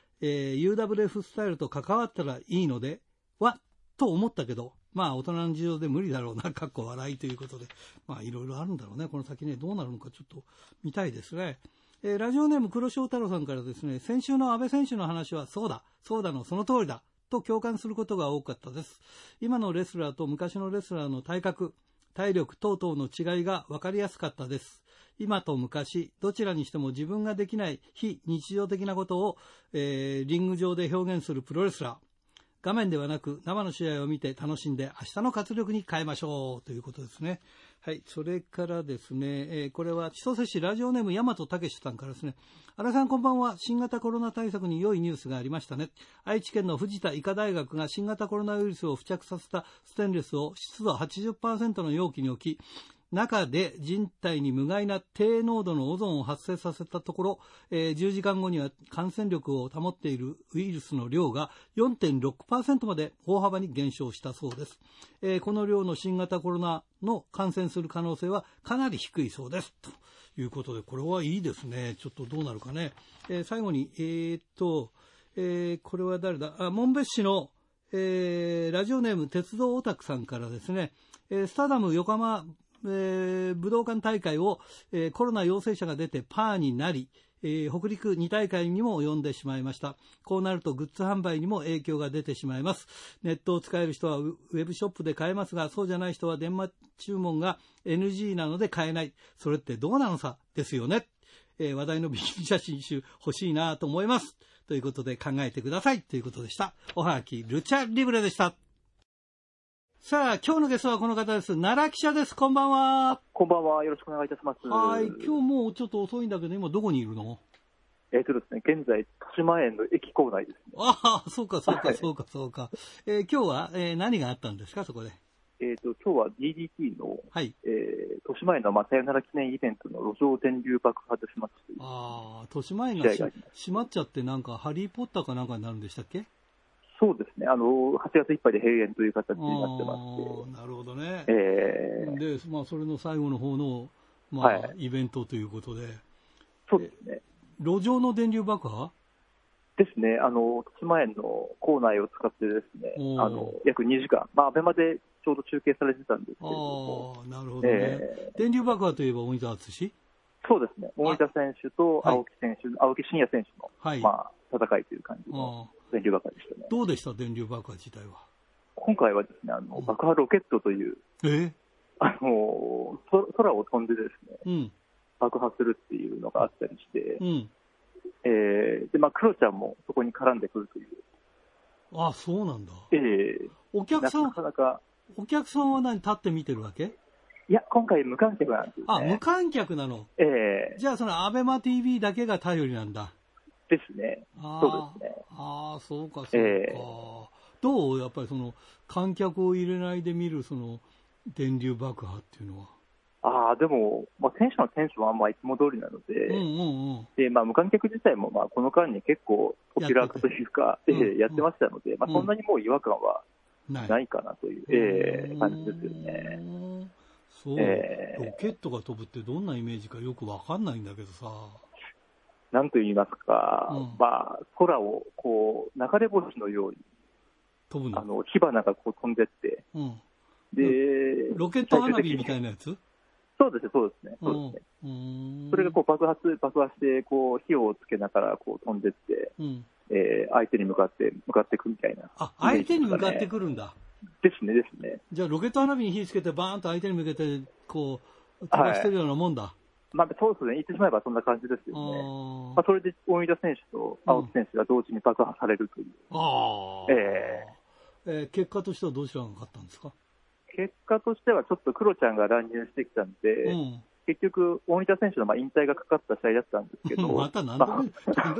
、UWF スタイルと関わったらいいのではと思ったけど、まあ大人の事情で無理だろうな、かっこ笑いということで、まあいろいろあるんだろうね。この先ね、どうなるのかちょっと見たいですね。ラジオネーム黒翔太郎さんからですね、先週の安倍選手の話はそうだのその通りだと共感することが多かったです。今のレスラーと昔のレスラーの体格、体力等々の違いが分かりやすかったです。今と昔どちらにしても自分ができない非日常的なことを、リング上で表現するプロレスラー、画面ではなく生の試合を見て楽しんで明日の活力に変えましょうということですね。はい、それからですね、これは千歳市ラジオネーム大和武さんからですね。新井さんこんばんは。新型コロナ対策に良いニュースがありましたね。愛知県の藤田医科大学が新型コロナウイルスを付着させたステンレスを湿度 80% の容器に置き、中で人体に無害な低濃度のオゾンを発生させたところ、10時間後には感染力を保っているウイルスの量が 4.6% まで大幅に減少したそうです。この量の新型コロナの感染する可能性はかなり低いそうですということで、これはいいですね。ちょっとどうなるかね。最後にこれは誰だ、紋別市の、ラジオネーム鉄道オタクさんからですね、スタダム横浜武道館大会を、コロナ陽性者が出てパーになり、北陸2大会にも及んでしまいました。こうなるとグッズ販売にも影響が出てしまいます。ネットを使える人はウェブショップで買えますが、そうじゃない人は電話注文が NG なので買えない。それってどうなのさですよね。話題のビキニ写真集欲しいなと思います。ということで考えてくださいということでした。おはがきルチャリブレでした。さあ、今日のゲストはこの方です。奈良記者です。こんばんは。 こんばんは。よろしくお願いいたします。 はい。今日もうちょっと遅いんだけど、今どこにいるの？ ですね、現在、豊島園の駅構内ですね。 ああ、そうか。今日は、何があったんですか、そこで。 今日は DDT の、 はい、 豊島園のさよなら記念イベントの路上電流爆発します。 ああ、豊島園が閉まっちゃって、なんかハリーポッターかなんかになるんでしたっけ？ そうですね、8月いっぱいで閉園という形になってまして。 なるほどね。で、それの最後の方の、イベントということで。 そうですね。 路上の電流爆破ですね、豊島園の構内を使ってですね、約2時間、アベマでちょうど中継されてたんですけれども。 なるほどね。電流爆破といえば大仁田敦？ そうですね、大仁田選手と青木真也選手の、戦いという感じの電流爆破でしたね。 どうでした、電流爆破自体は。 今回はですね、爆破ロケットという、空を飛んでですね、爆破するっていうのがあったりして、で、クロちゃんもそこに絡んでくるという。 あ、そうなんだ。お客さんは何、立って見てるわけ？ いや、今回無観客なんですね。 あ、無観客なの。じゃあ、そのアベマ TV だけが頼りなんだ。 ですね。そうですね。 そうか、そうか。どう？やっぱりその、観客を入れないで見る、その、電流爆破っていうのは。 でも、選手のテンションはいつも通りなので、で、無観客自体も、この間に結構ポピュラー化というか、やってましたので、そんなにもう違和感はないかなという感じですよね。 そう、ロケットが飛ぶってどんなイメージかよくわかんないんだけどさ。 なんと言いますか、空をこう、流れ星のように、 飛ぶの？ 火花がこう飛んでって、 で、ロケット花火みたいなやつ？ そうですね。それがこう爆破して、こう、火をつけながらこう飛んでって、相手に向かっていくみたいな。 相手に向かってくるんだ。 ですね。 じゃあ、ロケット花火に火つけて、バーンと相手に向けて、こう、飛ばしてるようなもんだ。 そうですね。言ってしまえばそんな感じですよね。それで、大仁田選手と青木選手が同時に爆破されるという。 結果としてはどちらが勝ったんですか？ 結果としては、ちょっとクロちゃんが乱入してきたんで、結局、大仁田選手の引退がかかった試合だったんですけど、 また何度目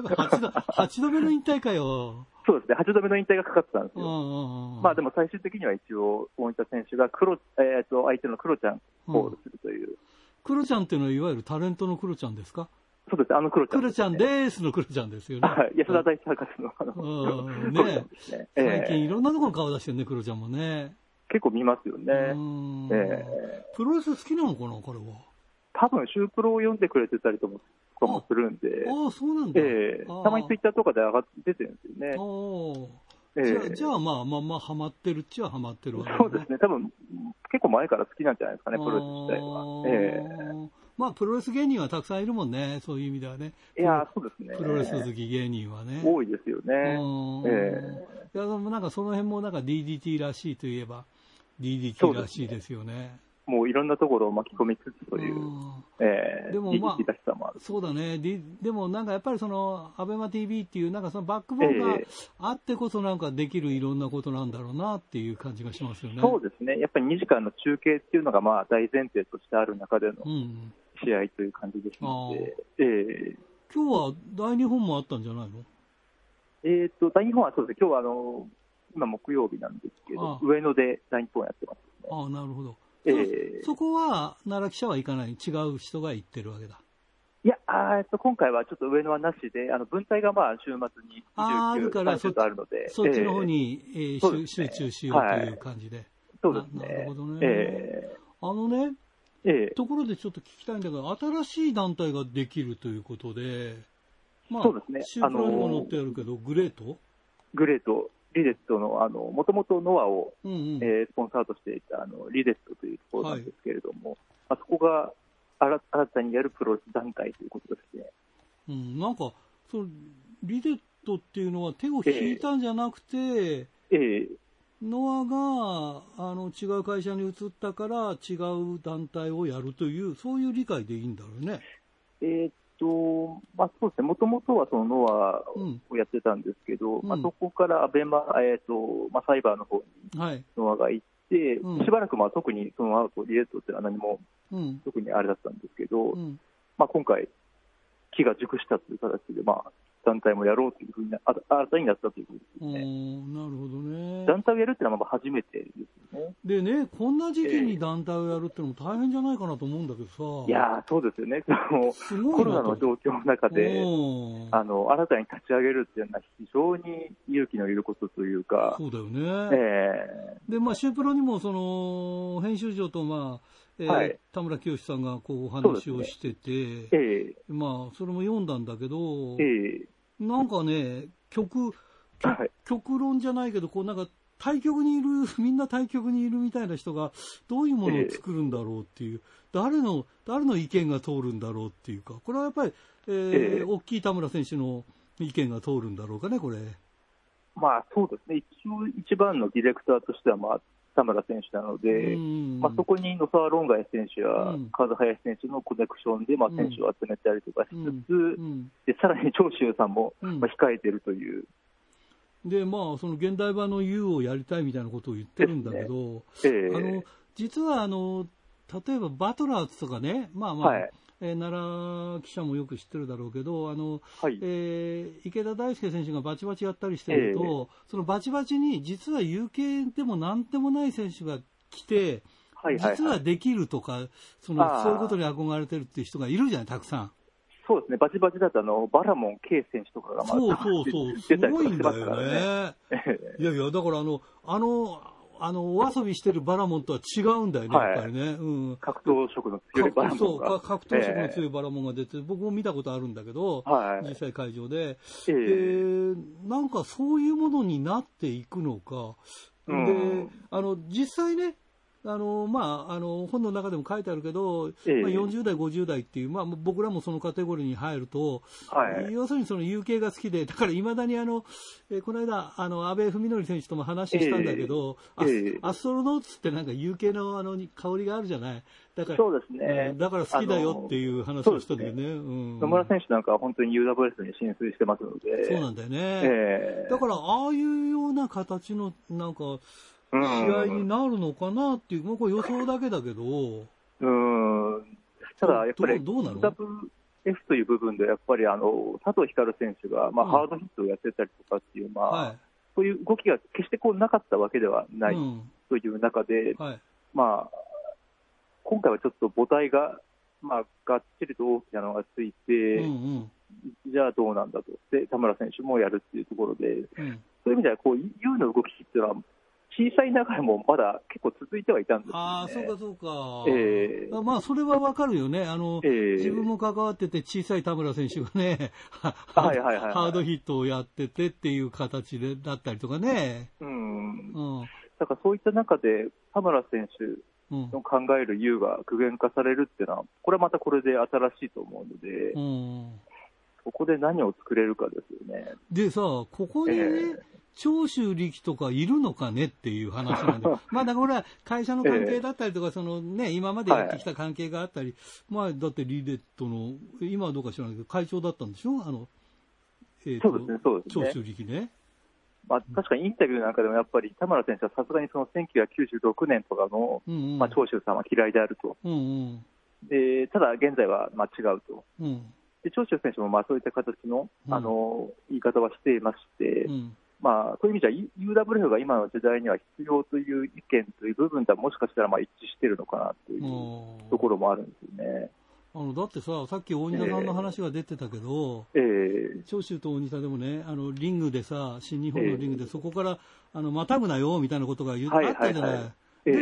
8度目の引退かよ。 そうですね、8度目の引退がかかってたんですよ。でも最終的には一応、大仁田選手が相手のクロちゃんをコールするという。 クロちゃんっていうのは、いわゆるタレントのクロちゃんですか？ そうですね、クロちゃん。 クロちゃんですのクロちゃんですよね。 安田大サーカスのね。最近いろんなところに顔出してるね、クロちゃんもね。 結構見ますよね。 プロレス好きなのかな、彼は。 多分、シュープロを読んでくれてたりとかもするんで。 そうなんだ。 たまにツイッターとかで出てるんですよね。 じゃあ、ハマってるっちゃハマってるわけね。 そうですね。多分、結構前から好きなんじゃないですかね、プロレス自体は。 プロレス芸人はたくさんいるもんね、そういう意味ではね。 いや、そうですね。 プロレス好き芸人はね。 多いですよね。 いや、なんかその辺もなんか DDT らしいといえば、DDT らしいですよね。 もういろんなところを巻き込みつつという、 でも DDTらしさもある。 そうだね。でもなんかやっぱりその、アベマ TV っていうなんかそのバックボーンがあってこそなんかできるいろんなことなんだろうなっていう感じがしますよね。 そうですね。やっぱり2時間の中継っていうのが大前提としてある中での試合という感じですので。 今日は大日本もあったんじゃないの？ 大日本はそうですね。今日は今木曜日なんですけど、上野で大日本やってますね。 なるほど。そこは奈良記者は行かない、違う人が行ってるわけだ。 いや、今回はちょっと上野はなしで、分隊が週末にあるから 30あるので、 そっちの方に、集中しようという感じで。 そうですね。 なるほどね。ところでちょっと聞きたいんだけど、新しい団体ができるということで、 そうですね。 シュープロにも載ってあるけど、グレート、 リデットの、もともとノアを、スポンサーとしていた、リデットというところなんですけれども、そこが新たにやるプロレス団体ということですね。 なんか、リデットっていうのは手を引いたんじゃなくて、ノアが、違う会社に移ったから違う団体をやるという、そういう理解でいいんだろうね。 そうですね、もともとはそのノアをやってたんですけど、そこからアベマ、サイバーの方にノアが行って、しばらく特にその後、リデットっていうのは何も特にあれだったんですけど、今回、機が熟したという形で、 団体もやろうというふうに新たになったということですね。 なるほどね。 団体をやるっていうのは初めてですよね。 でね、こんな時期に団体をやるってのも大変じゃないかなと思うんだけどさ。 いやそうですよね。コロナの状況の中で新たに立ち上げるっていうのは非常に勇気のいることというか。 そうだよね。で、シュープロにもその編集長と田村清さんがこうお話をしてて、それも読んだんだけど、なんかね、極論じゃないけど、こうなんか対極にいる、みんな対極にいるみたいな人がどういうものを作るんだろうっていう、誰の意見が通るんだろうっていうか、これはやっぱり、大きい田村選手の意見が通るんだろうかね、これ。 そうですね。一番のディレクターとしては田村選手なので、そこに野沢論外選手や風林選手のコネクションで選手を集めたりとかしつつ、でさらに長州さんも控えているという。 でその現代版の U をやりたいみたいなことを言ってるんだけど、実は例えばバトラーズとかね、奈良記者もよく知ってるだろうけど、池田大輔選手がバチバチやったりしてると、そのバチバチに実は有形でもなんでもない選手が来て、実はできるとか、そういうことに憧れてるっていう人がいるじゃない、たくさん。 そうですね、バチバチだとバラモン K 選手とかがそう、すごいんだよね。いやいや、だからお遊びしてるバラモンとは違うんだよね、やっぱりね。 格闘色の強いバラモンが。 格闘色の強いバラモンが出て、僕も見たことあるんだけど、実際会場で。なんかそういうものになっていくのか。で、実際ね、本の中でも書いてあるけど、40代、50代っていう、僕らもそのカテゴリーに入ると、要するにその有形が好きで、だからいまだにこの間、阿部文則選手とも話したんだけど、アストロノーツってなんか有形の香りがあるじゃない。だから、 そうですね。 だから好きだよっていう話をしたんだよね。 野村選手なんかは本当に UWS に進出してますので。 そうなんだよね。だから、ああいうような形の、なんか、試合になるのかなっていう、これ予想だけだけど。 ただ、やっぱり WF という部分で、やっぱり佐藤光選手が、ハードヒットをやってたりとかっていう、そういう動きが決してなかったわけではないという中で、今回はちょっと母体が、がっちりと大きなのがついて、じゃあどうなんだと。で、田村選手もやるっていうところで、そういう意味では、U の動きっていうのは、小さいながらもまだ結構続いてはいたんですよね。 そうか。それはわかるよね。自分も関わってて小さい田村選手がね、ハードヒットをやっててっていう形でだったりとかね。だからそういった中で田村選手の考える U が具現化されるっていうのは、これはまたこれで新しいと思うので、ここで何を作れるかですよね。 でさ、ここにね、長州力とかいるのかねっていう話なんで、だからこれは会社の関係だったりとか、今までやってきた関係があったり、だってリレットの、今はどうか知らないけど、会長だったんでしょ、 そうですね。 長州力ね。 確かにインタビューなんかでもやっぱり田村選手はさすがにその1996年とかの、長州さんは嫌いであると。で、ただ現在は違うと。で、長州選手もそういった形の、言い方はしていまして、そういう意味じゃ UWF が今の時代には必要という意見という部分ではもしかしたら一致しているのかなというところもあるんですよね。 だってさっき大仁田さんの話が出てたけど、長州と大仁田でもね、リングでさ、新日本のリングでそこからまたぐなよみたいなことがあったじゃない。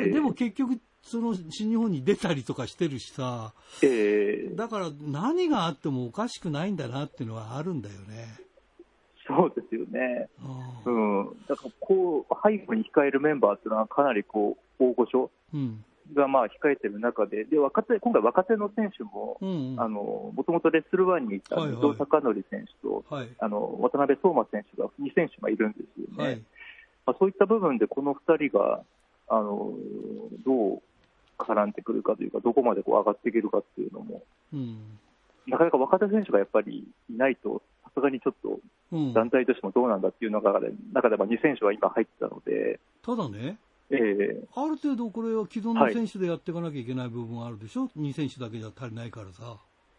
でも結局その新日本に出たりとかしてるしさ、だから何があってもおかしくないんだなっていうのはあるんだよね。 そうですよね。だから背後に控えるメンバーっていうのはかなり大御所が控えてる中で、今回若手の選手も、もともとレッスル1にいた伊藤孝則選手と、渡辺相馬選手が2選手がいるんですよね。そういった部分でこの2人がどう絡んでくるかというか、どこまで上がっていけるかっていうのも、なかなか若手選手がやっぱりいないと、さすがにちょっと団体としてもどうなんだっていうのが中で2選手は今入ってたので。 ただね、ある程度これは既存の選手でやっていかなきゃいけない部分はあるでしょ、2選手だけじゃ足りないからさ。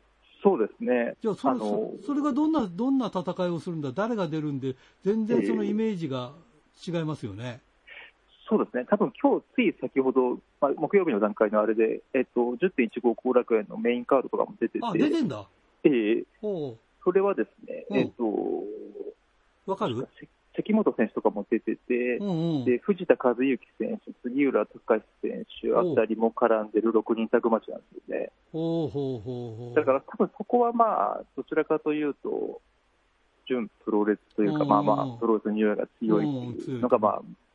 そうですね。 じゃあそれがどんな戦いをするんだ、誰が出るんで、全然そのイメージが違いますよね。 そうですね、多分今日つい先ほど、木曜日の段階のあれで、10.15 後楽園のメインカードとかも出てて、 出てんだ。 それはですね、 わかる？ 関本選手とかも出てて、で藤田和幸選手、杉浦隆選手あたりも絡んでる6人タッグマッチなんですよね。だから多分そこはどちらかというと、準プロレスというか、プロレスの匂いが強いっていうのが、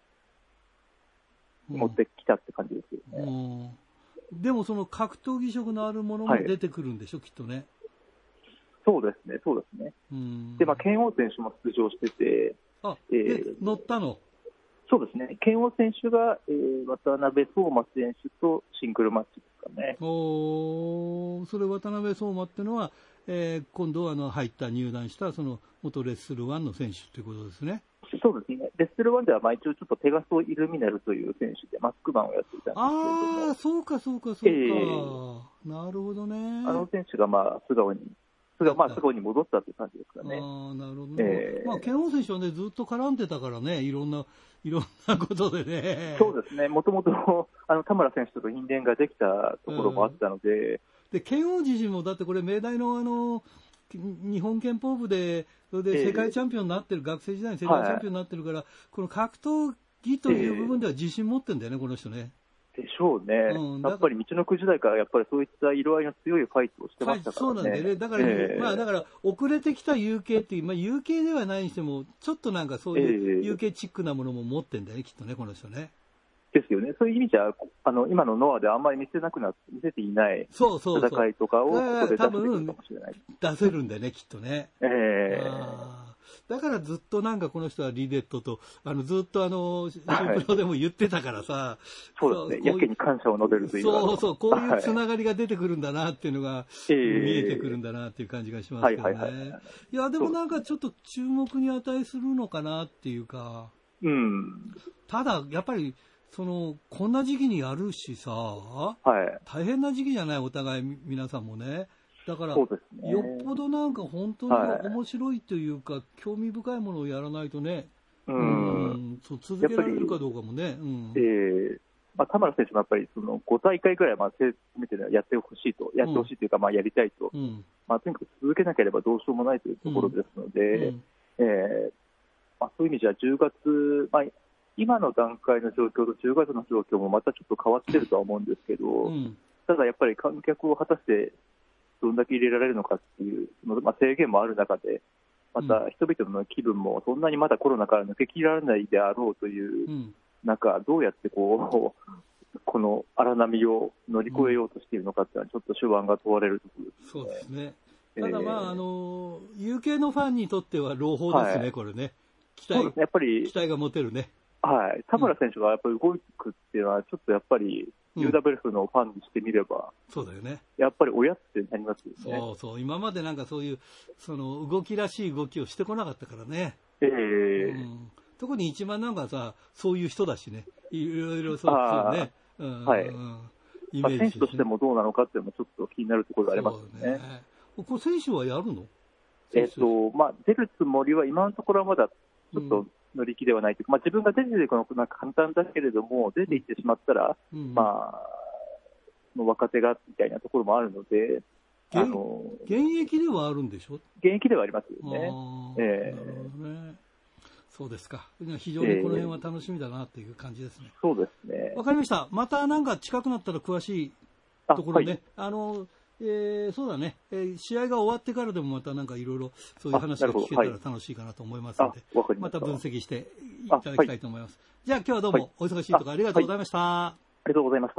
持ってきたって感じですよね。 でもその格闘技色のあるものも出てくるんでしょ、きっとね。 そうですね。で、剣王選手も出場してて、 乗ったの？ そうですね。剣王選手が、渡辺相馬選手とシングルマッチですかね。 それ渡辺相馬っていうのは、今度入団したその元レッスル1の選手ということですね。 そうですね。レッスル1では一応ちょっとペガソイルミナルという選手でマスクマンをやっていたんですけれども。 そうか。なるほどね。 あの選手が素顔に戻ったという感じですかね。 なるほどね。剣王選手はね、ずっと絡んでたからね、いろんなことでね。 そうですね。もともと田村選手と因縁ができたところもあったので。 で、剣王自身もだってこれ明大の日本拳法部で、それで世界チャンピオンになってる、学生時代に世界チャンピオンになってるから、この格闘技という部分では自信持ってるんだよね、この人ね。 でしょうね。やっぱり道のく時代からやっぱりそういった色合いの強いファイトをしてましたからね。そうなんだよね。だから遅れてきた UK っていう、UK ではないにしても、ちょっとそういう UK チックなものも持ってんだよね、きっとね、この人ね。 ですよね。そういう意味じゃ、今のノアであんまり見せていない戦いとかをここで出してくるかもしれない。 出せるんだよね、きっとね。だからずっとこの人はリデットと、ずっとシンプロでも言ってたからさ。 そうですね。やけに感謝を述べるという。 こういうつながりが出てくるんだなっていうのが、見えてくるんだなっていう感じがしますけどね。いや、でもちょっと注目に値するのかなっていうか。ただ、やっぱり、こんな時期にやるしさ、大変な時期じゃない、お互い皆さんもね。だから、よっぽど本当に面白いというか、興味深いものをやらないとね、続けられるかどうかもね。 田村選手もやっぱり5大会ぐらいやってほしいと、いうか、やりたいと、とにかく続けなければどうしようもないというところですので、そういう意味じゃ10月、今の段階の状況と10月の状況もまたちょっと変わってるとは思うんですけど、ただやっぱり観客を果たしてどんだけ入れられるのかっていう、制限もある中で、また人々の気分もそんなにまだコロナから抜けきられないであろうという中、どうやってこの荒波を乗り越えようとしているのかっていうのは、ちょっと手腕が問われるところですね。 そうですね。ただUK のファンにとっては朗報ですね、これね。期待が持てるね。 田村選手がやっぱり動くっていうのは、ちょっとやっぱり UWF のファンにしてみれば、 そうだよね。 やっぱり親ってなりますよね。 今までそういう動きらしい動きをしてこなかったからね。特に一番そういう人だしね、いろいろそうね。 イメージ選手としてもどうなのかっていうのもちょっと気になるところがありますね。 これ選手はやるの？ 出るつもりは今のところはまだちょっと乗り気ではないというか、自分が出ていくのは簡単だけれども、出ていってしまったら、若手がみたいなところもあるので、 現役ではあるんでしょ？ 現役ではありますよね。 そうですか。非常にこの辺は楽しみだなっていう感じですね。 そうですね。 わかりました。また近くなったら詳しいところね。そうだね、試合が終わってからでもまたいろいろそういう話が聞けたら楽しいかなと思いますので、また分析していただきたいと思います。じゃあ今日はどうもお忙しいところありがとうございました。 ありがとうございました。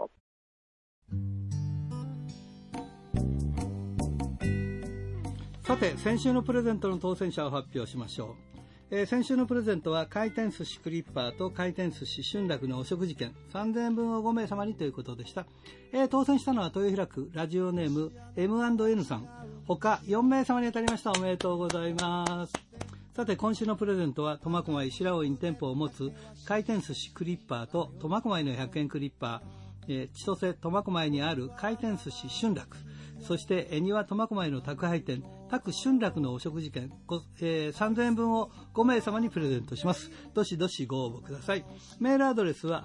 さて、先週のプレゼントの当選者を発表しましょう。先週のプレゼントは回転寿司クリッパーと回転寿司春楽のお食事券3000円分を5名様にということでした。当選したのは豊平区ラジオネーム M&N さん、他4名様に当たりました。おめでとうございます。さて、今週のプレゼントは苫小牧白尾イン店舗を持つ回転寿司クリッパーと苫小牧の100円クリッパー、千歳苫小牧にある回転寿司春楽そして恵庭苫小牧の宅配店宅春楽のお食事券、3000円分を5名様にプレゼントします。どしどしご応募ください。メールアドレスは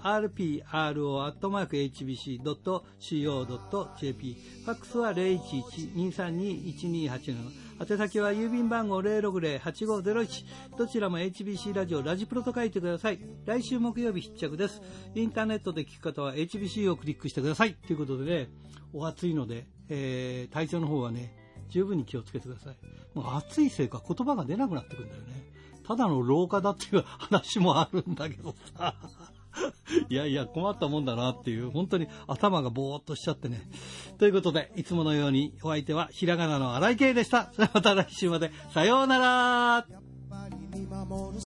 rpro@hbc.co.jp、 ファックスは 011-232-1287、宛先は郵便番号 060-8501、 どちらも HBC ラジオラジプロと書いてください。来週木曜日必着です。インターネットで聞く方は HBC をクリックしてくださいということでね、お暑いので、体調の方はね十分に気をつけてください。もう暑いせいか言葉が出なくなってくるんだよね。ただの老化だっていう話もあるんだけどさいやいや困ったもんだなっていう、本当に頭がぼーっとしちゃってね。ということでいつものようにお相手はひらがなの荒井圭でした。それではまた来週まで、さようなら。